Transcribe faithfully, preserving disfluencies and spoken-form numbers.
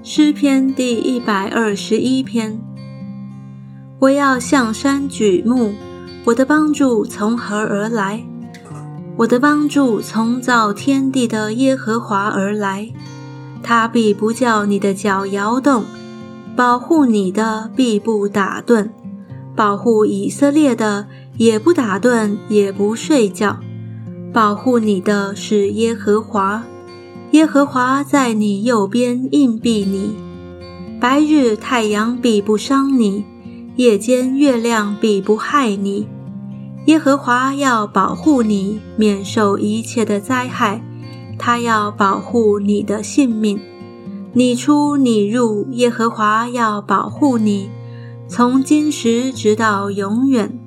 诗篇第一百二十一篇。我要向山举目，我的帮助从何而来？我的帮助从造天地的耶和华而来。他必不叫你的脚摇动，保护你的必不打盹，保护以色列的也不打盹也不睡觉。保护你的是耶和华，耶和华在你右边荫庇你。白日太阳必不伤你，夜间月亮必不害你。耶和华要保护你，免受一切的灾害，他要保护你的性命。你出你入，耶和华要保护你，从今时直到永远。